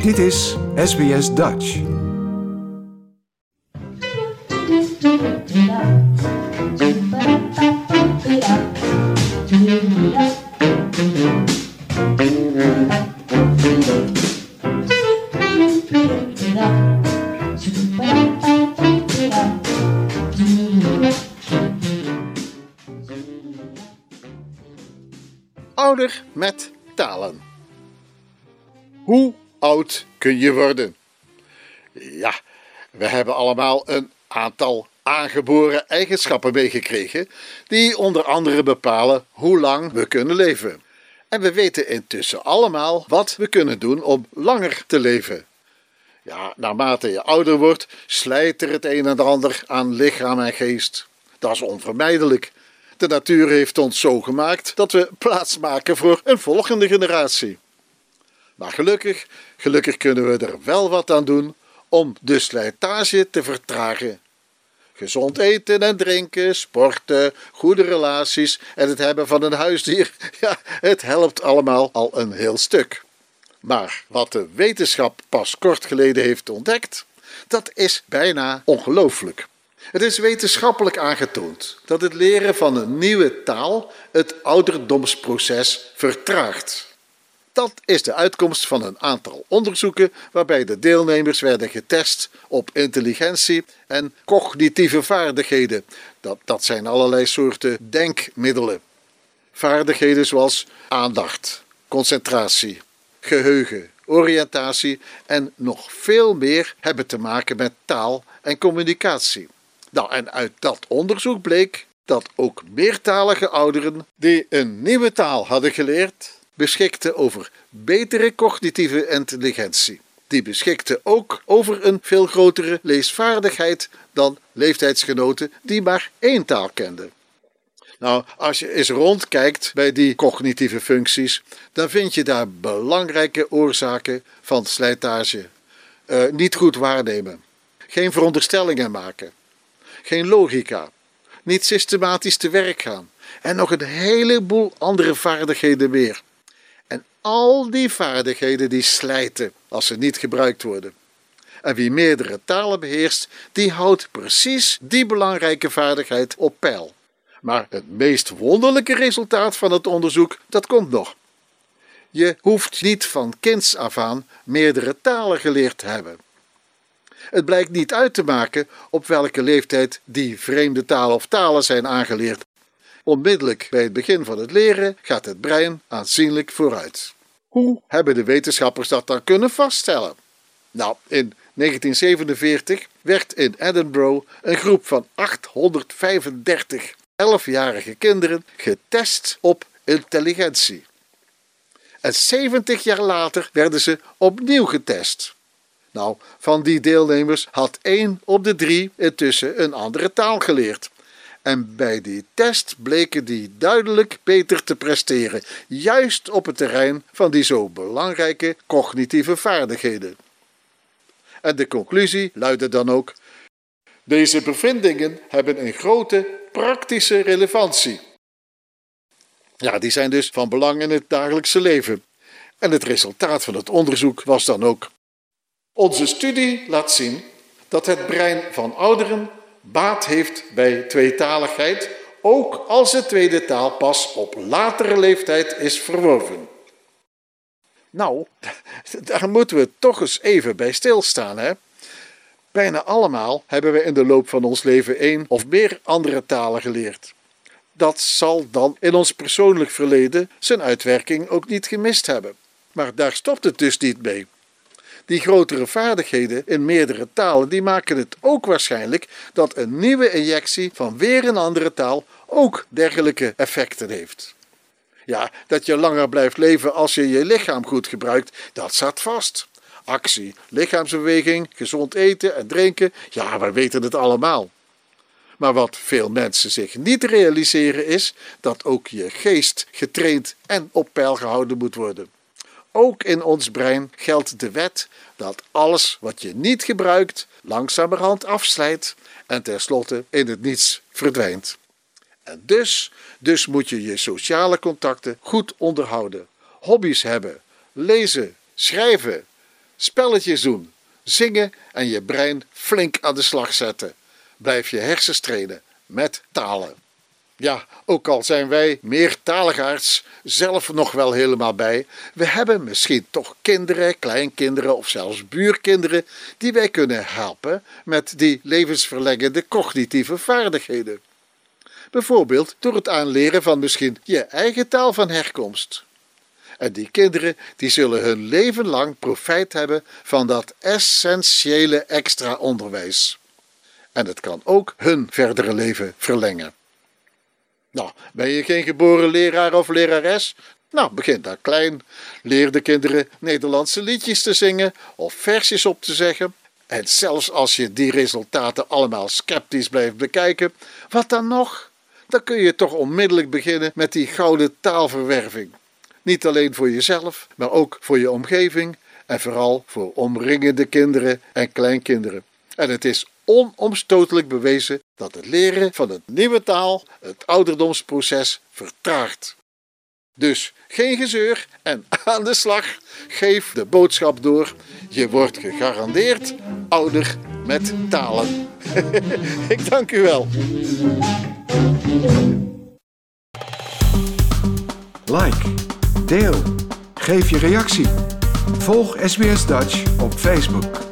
Dit is SBS Dutch. Ouder met talen. Hoe oud kun je worden? Ja, we hebben allemaal een aantal aangeboren eigenschappen meegekregen die onder andere bepalen hoe lang we kunnen leven. En we weten intussen allemaal wat we kunnen doen om langer te leven. Ja, naarmate je ouder wordt, slijt er het een en ander aan lichaam en geest. Dat is onvermijdelijk. De natuur heeft ons zo gemaakt dat we plaats maken voor een volgende generatie. Maar gelukkig kunnen we er wel wat aan doen om de slijtage te vertragen. Gezond eten en drinken, sporten, goede relaties en het hebben van een huisdier, ja, het helpt allemaal al een heel stuk. Maar wat de wetenschap pas kort geleden heeft ontdekt, dat is bijna ongelooflijk. Het is wetenschappelijk aangetoond dat het leren van een nieuwe taal het ouderdomsproces vertraagt. Dat is de uitkomst van een aantal onderzoeken waarbij de deelnemers werden getest op intelligentie en cognitieve vaardigheden. Dat zijn allerlei soorten denkmiddelen. Vaardigheden zoals aandacht, concentratie, geheugen, oriëntatie en nog veel meer hebben te maken met taal en communicatie. Nou, en uit dat onderzoek bleek dat ook meertalige ouderen die een nieuwe taal hadden geleerd, beschikten over betere cognitieve intelligentie. Die beschikten ook over een veel grotere leesvaardigheid dan leeftijdsgenoten die maar één taal kenden. Nou, als je eens rondkijkt bij die cognitieve functies, dan vind je daar belangrijke oorzaken van slijtage. Niet goed waarnemen, geen veronderstellingen maken, geen logica, niet systematisch te werk gaan en nog een heleboel andere vaardigheden meer. En al die vaardigheden die slijten als ze niet gebruikt worden. En wie meerdere talen beheerst, die houdt precies die belangrijke vaardigheid op peil. Maar het meest wonderlijke resultaat van het onderzoek, dat komt nog. Je hoeft niet van kinds af aan meerdere talen geleerd te hebben. Het blijkt niet uit te maken op welke leeftijd die vreemde talen of talen zijn aangeleerd. Onmiddellijk bij het begin van het leren gaat het brein aanzienlijk vooruit. Hoe hebben de wetenschappers dat dan kunnen vaststellen? Nou, in 1947 werd in Edinburgh een groep van 835 11-jarige kinderen getest op intelligentie. En 70 jaar later werden ze opnieuw getest. Nou, van die deelnemers had 1 op de 3 intussen een andere taal geleerd. En bij die test bleken die duidelijk beter te presteren, juist op het terrein van die zo belangrijke cognitieve vaardigheden. En de conclusie luidde dan ook: deze bevindingen hebben een grote praktische relevantie. Ja, die zijn dus van belang in het dagelijkse leven. En het resultaat van het onderzoek was dan ook: onze studie laat zien dat het brein van ouderen baat heeft bij tweetaligheid, ook als de tweede taal pas op latere leeftijd is verworven. Nou, daar moeten we toch eens even bij stilstaan, hè? Bijna allemaal hebben we in de loop van ons leven 1 of meer andere talen geleerd. Dat zal dan in ons persoonlijk verleden zijn uitwerking ook niet gemist hebben. Maar daar stopt het dus niet mee. Die grotere vaardigheden in meerdere talen, die maken het ook waarschijnlijk dat een nieuwe injectie van weer een andere taal ook dergelijke effecten heeft. Ja, dat je langer blijft leven als je je lichaam goed gebruikt, dat staat vast. Actie, lichaamsbeweging, gezond eten en drinken, ja, we weten het allemaal. Maar wat veel mensen zich niet realiseren is dat ook je geest getraind en op peil gehouden moet worden. Ook in ons brein geldt de wet dat alles wat je niet gebruikt langzamerhand afslijt en tenslotte in het niets verdwijnt. En dus moet je je sociale contacten goed onderhouden, hobby's hebben, lezen, schrijven, Spelletjes doen, zingen en je brein flink aan de slag zetten. Blijf je hersens trainen met talen. Ja, ook al zijn wij meertaligaards zelf nog wel helemaal bij, we hebben misschien toch kinderen, kleinkinderen of zelfs buurkinderen die wij kunnen helpen met die levensverlengende cognitieve vaardigheden. Bijvoorbeeld door het aanleren van misschien je eigen taal van herkomst. En die kinderen die zullen hun leven lang profijt hebben van dat essentiële extra onderwijs. En het kan ook hun verdere leven verlengen. Nou, ben je geen geboren leraar of lerares? Nou, begin daar klein. Leer de kinderen Nederlandse liedjes te zingen of versjes op te zeggen. En zelfs als je die resultaten allemaal sceptisch blijft bekijken, wat dan nog? Dan kun je toch onmiddellijk beginnen met die gouden taalverwerving. Niet alleen voor jezelf, maar ook voor je omgeving en vooral voor omringende kinderen en kleinkinderen. En het is onomstotelijk bewezen dat het leren van een nieuwe taal het ouderdomsproces vertraagt. Dus geen gezeur en aan de slag. Geef de boodschap door. Je wordt gegarandeerd ouder met talen. Ik dank u wel. Like, deel, geef je reactie. Volg SBS Dutch op Facebook.